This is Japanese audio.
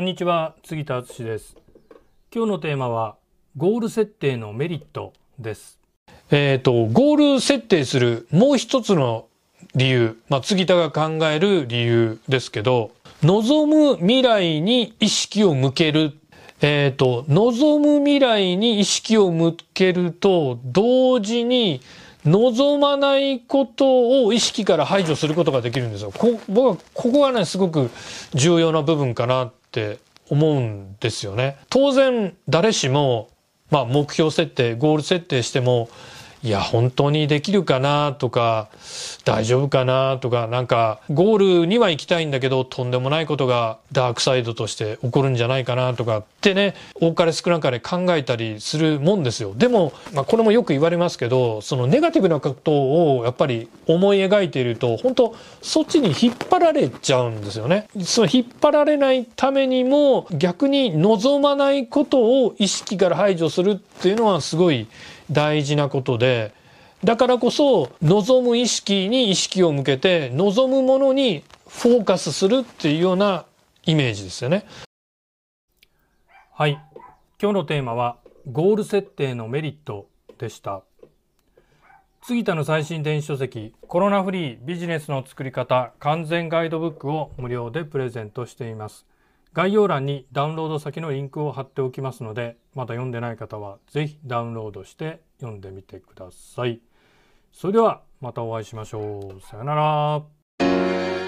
んにちは、杉田敦です。今日のテーマはゴール設定のメリットです。ゴール設定するもう一つの理由、杉田が考える理由ですけど、望む未来に意識を向ける。望む未来に意識を向けると同時に望まないことを意識から排除することができるんですよ。僕はここがね、すごく重要な部分かなって思うんですよね。当然誰しも、目標設定、ゴール設定しても、いや、本当にできるかなとか、大丈夫かなとか、ゴールには行きたいんだけど、とんでもないことがダークサイドとして起こるんじゃないかなとかってね、多かれ少なかれ考えたりするもんですよ。でも、これもよく言われますけど、そのネガティブなことをやっぱり思い描いていると、本当そっちに引っ張られちゃうんですよね。その引っ張られないためにも、逆に望まないことを意識から排除するっていうのはすごい大事なことで、だからこそ望む意識に意識を向けて望むものにフォーカスするっていうようなイメージですよね。はい、今日のテーマはゴール設定のメリットでした。杉田の最新電子書籍コロナフリービジネスの作り方完全ガイドブックを無料でプレゼントしています。概要欄にダウンロード先のリンクを貼っておきますので、まだ読んでない方はぜひダウンロードして読んでみてください。それではまたお会いしましょう。さよなら。